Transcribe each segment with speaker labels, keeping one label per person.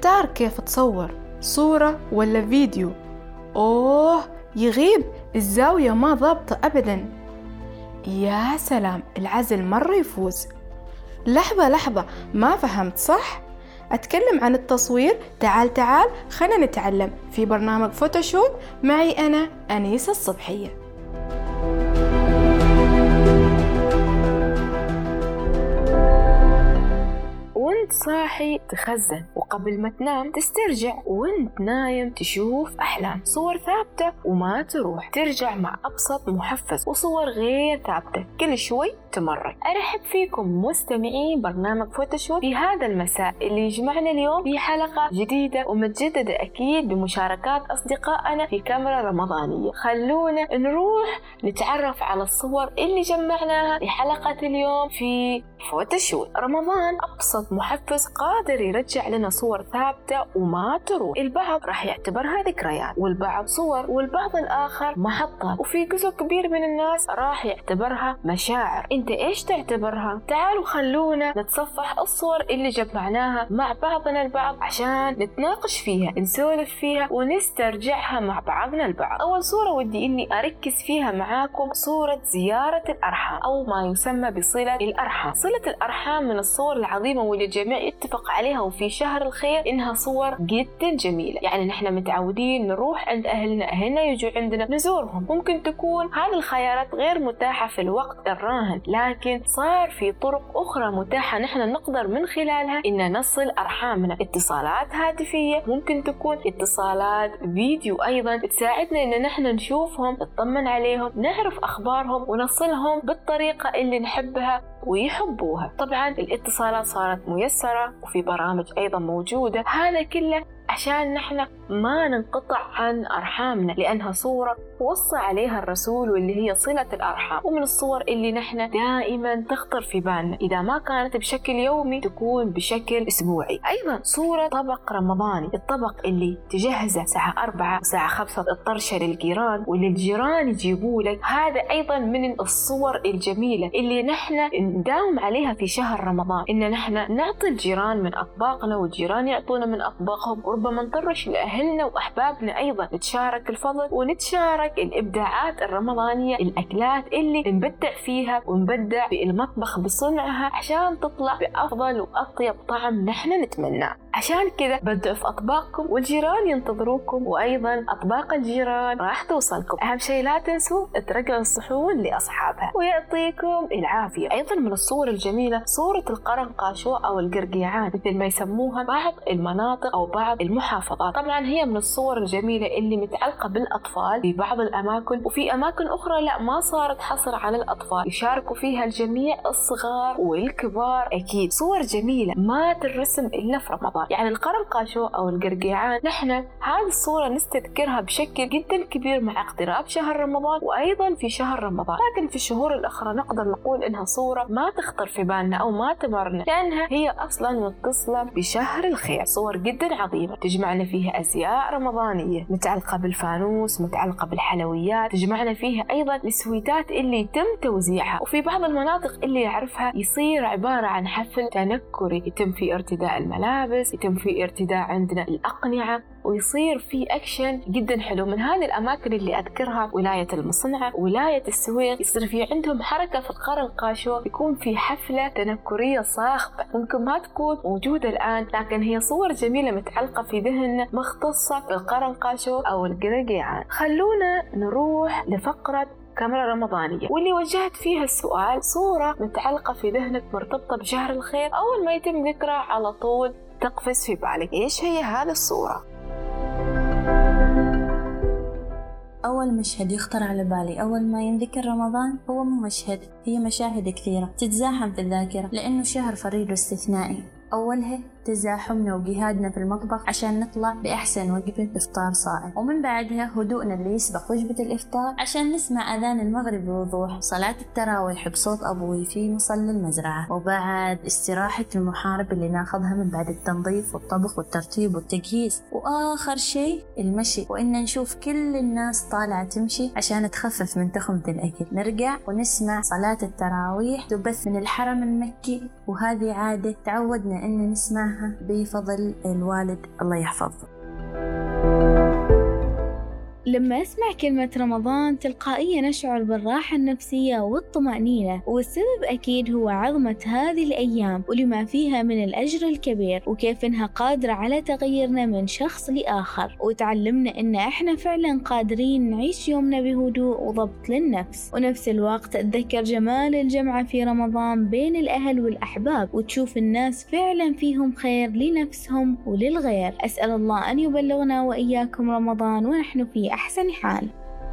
Speaker 1: محتار كيف تصور صورة ولا فيديو. يغيب الزاوية ما ضابطة أبدا. يا سلام، العزل مرة يفوز. لحظة، ما فهمت صح؟ أتكلم عن التصوير. تعال خلينا نتعلم في برنامج فوتوشوب معي أنا أنيسة الصبحية. وانت صاحي تخزن، وقبل ما تنام تسترجع، وانت نايم تشوف أحلام، صور ثابتة وما تروح، ترجع مع أبسط محفز، وصور غير ثابتة كل شوي تمرق. أرحب فيكم مستمعين برنامج فوتوشوب في هذا المساء اللي يجمعنا اليوم في حلقة جديدة ومتجددة أكيد بمشاركات أصدقائنا في كاميرا رمضانية. خلونا نروح نتعرف على الصور اللي جمعناها لحلقة اليوم في فوتوشوب. رمضان أبسط محفز قادر يرجع لنا صور ثابتة وما تروح. البعض راح يعتبرها ذكريات، والبعض صور، والبعض الآخر محطات، وفي جزء كبير من الناس راح يعتبرها مشاعر. انت ايش تعتبرها؟ تعالوا خلونا نتصفح الصور اللي جمعناها مع بعضنا البعض عشان نتناقش فيها، نسولف فيها ونسترجعها مع بعضنا البعض. أول صورة ودي إني أركز فيها معاكم صورة زيارة الأرحام، أو ما يسمى بصلة الأرحام. صلة الأرحام من الصور العظيمة واللي الجميع يتفق عليها، وفي شهر الخير إنها صور جدا جميلة. يعني نحن متعودين نروح عند أهلنا يجوا عندنا نزورهم. ممكن تكون هذه الخيارات غير متاحة في الوقت الراهن، لكن صار في طرق أخرى متاحة نحن نقدر من خلالها إن نصل أرحامنا. اتصالات هاتفية، ممكن تكون اتصالات فيديو أيضا تساعدنا إن نحن نشوفهم، نطمن عليهم، نعرف أخبارهم ونصلهم بالطريقة اللي نحبها ويحبوها. طبعا الاتصالات صارت ميسرة وفي برامج أيضا موجودة، هذا كله عشان نحن ما ننقطع عن أرحامنا، لأنها صورة وصى عليها الرسول واللي هي صلة الأرحام. ومن الصور اللي نحن دائما تخطر في بالنا، إذا ما كانت بشكل يومي تكون بشكل أسبوعي. أيضا صورة طبق رمضاني، الطبق اللي تجهزه الساعة 4 وساعة 5 الطرشة للجيران واللي الجيران يجيبوا لك. هذا أيضا من الصور الجميلة اللي نحن نداوم عليها في شهر رمضان، إن نحن نعطي الجيران من أطباقنا والجيران يعطونا من أطباقهم، وربما نطرش لأهلنا وأحبابنا أيضا، نتشارك الفضل ونتشارك الإبداعات الرمضانية، الأكلات اللي نبدع فيها ونبدع في المطبخ بصنعها عشان تطلع بأفضل وأطيب طعم نحن نتمناه. عشان كذا بدعوا في أطباقكم والجيران ينتظروكم، وأيضا أطباق الجيران راح توصلكم. أهم شيء لا تنسوا ترجعوا الصحون لأصحابها، ويعطيكم العافية. أيضا من الصور الجميلة صورة القرنقاشو أو القرقيعان مثل ما يسموها بعض المناطق أو بعض المحافظات. طبعا هي من الصور الجميلة اللي متعلقة بالأطفال في بعض الأماكن، وفي أماكن أخرى لا، ما صارت حصر على الأطفال، يشاركوا فيها الجميع الصغار والكبار. أكيد صور جميلة ما ترسم إلا في رمضان. يعني القرنقاشو أو القرقيعان نحن هذه الصورة نستذكرها بشكل جدا كبير مع اقتراب شهر رمضان وأيضا في شهر رمضان، لكن في الشهور الأخرى نقدر نقول إنها صورة ما تخطر في بالنا أو ما تمرنا، لأنها هي أصلا متصلة بشهر الخير. صور جدا عظيمة تجمعنا فيها أزياء رمضانية متعلقة بالفانوس، متعلقة بالحلويات، تجمعنا فيها أيضا السويتات اللي يتم توزيعها. وفي بعض المناطق اللي يعرفها يصير عبارة عن حفل تنكري، يتم فيه ارتداء الملابس، يتم فيه ارتداء عندنا الأقنعة، ويصير في أكشن جدا حلو. من هذه الأماكن اللي أذكرها ولاية المصنعة، ولاية السويق، يصير في عندهم حركة في القرنقاشو، يكون في حفلة تنكرية صاخبة ممكن ما تكون موجودة الآن، لكن هي صور جميلة متعلقة في ذهننا مختصة بالقرنقاشو أو القرقيعان. خلونا نروح لفقرة كاميرا رمضانية، واللي وجهت فيها السؤال صورة متعلقة في ذهنك مرتبطة بشهر الخير، أول ما يتم ذكرها على طول تقفز في بالك. إيش هي هذه الصورة؟
Speaker 2: أول مشهد يخطر على بالي أول ما ينذكر رمضان هو مو مشهد، هي مشاهد كثيرة تتزاحم في الذاكرة، لأنه شهر فريد واستثنائي. أولها تزاحمنا وجهادنا في المطبخ عشان نطلع بأحسن وجبة إفطار صائم، ومن بعدها هدوءنا اللي يسبق وجبة الإفطار عشان نسمع أذان المغرب بوضوح، صلاة التراويح بصوت أبوي في مصلى المزرعة، وبعد استراحة المحارب اللي ناخذها من بعد التنظيف والطبخ والترتيب والتجهيز، وآخر شيء المشي، وإن نشوف كل الناس طالعة تمشي عشان تخفف من تخمة الأكل. نرجع ونسمع صلاة التراويح تبث من الحرم المكي، وهذه عادة تعودنا إن نسمعها بفضل الوالد الله يحفظه.
Speaker 3: لما أسمع كلمة رمضان تلقائيا أشعر بالراحة النفسية والطمأنينة، والسبب أكيد هو عظمة هذه الأيام ولما فيها من الأجر الكبير، وكيف إنها قادرة على تغييرنا من شخص لآخر، وتعلمنا إن إحنا فعلا قادرين نعيش يومنا بهدوء وضبط للنفس. ونفس الوقت أتذكر جمال الجمعة في رمضان بين الأهل والأحباب، وتشوف الناس فعلا فيهم خير لنفسهم وللغير. أسأل الله أن يبلغنا وإياكم رمضان ونحن في أحسن حال.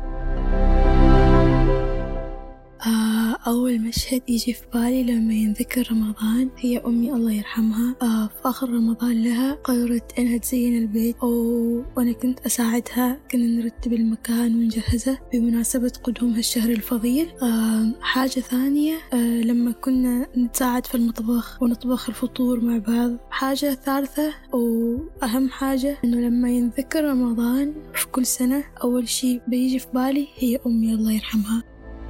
Speaker 4: أول مشهد يجي في بالي لما ينذكر رمضان هي أمي الله يرحمها. في آخر رمضان لها قررت إنها تزين البيت وأنا كنت أساعدها. كنا نرتب المكان ونجهزه بمناسبة قدوم هالشهر الفضيل. حاجة ثانية لما كنا نتساعد في المطبخ ونطبخ الفطور مع بعض. حاجة ثالثة وأهم حاجة إنه لما ينذكر رمضان في كل سنة أول شي بيجي في بالي هي أمي الله يرحمها.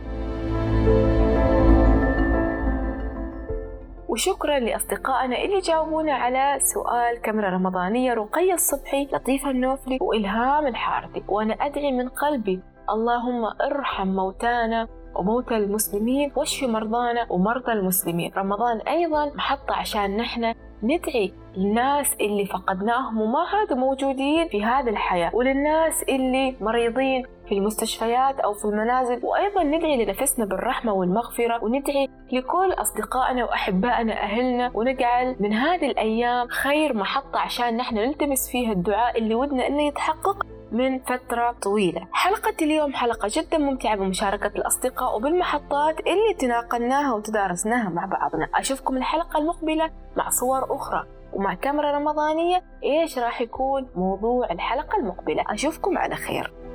Speaker 1: وشكرا لأصدقائنا اللي جاوبونا على سؤال كاميرا رمضانية، رقية الصبحي، لطيفة النوفلي، وإلهام الحارثي. وأنا أدعي من قلبي اللهم ارحم موتانا وموتى المسلمين واشف مرضانا ومرضى المسلمين. رمضان أيضا محطة عشان نحن ندعي للناس اللي فقدناهم وما عادوا موجودين في هذه الحياة، وللناس اللي مريضين في المستشفيات أو في المنازل، وأيضا ندعي لنفسنا بالرحمة والمغفرة، وندعي لكل أصدقائنا وأحبائنا أهلنا، ونجعل من هذه الأيام خير محطة عشان نحن نلتمس فيها الدعاء اللي ودنا أنه يتحقق من فترة طويلة. حلقة اليوم حلقة جدا ممتعة بمشاركة الأصدقاء وبالمحطات اللي تناقلناها وتدارسناها مع بعضنا. أشوفكم الحلقة المقبلة مع صور أخرى ومع كاميرا رمضانية. إيش راح يكون موضوع الحلقة المقبلة؟ أشوفكم على خير.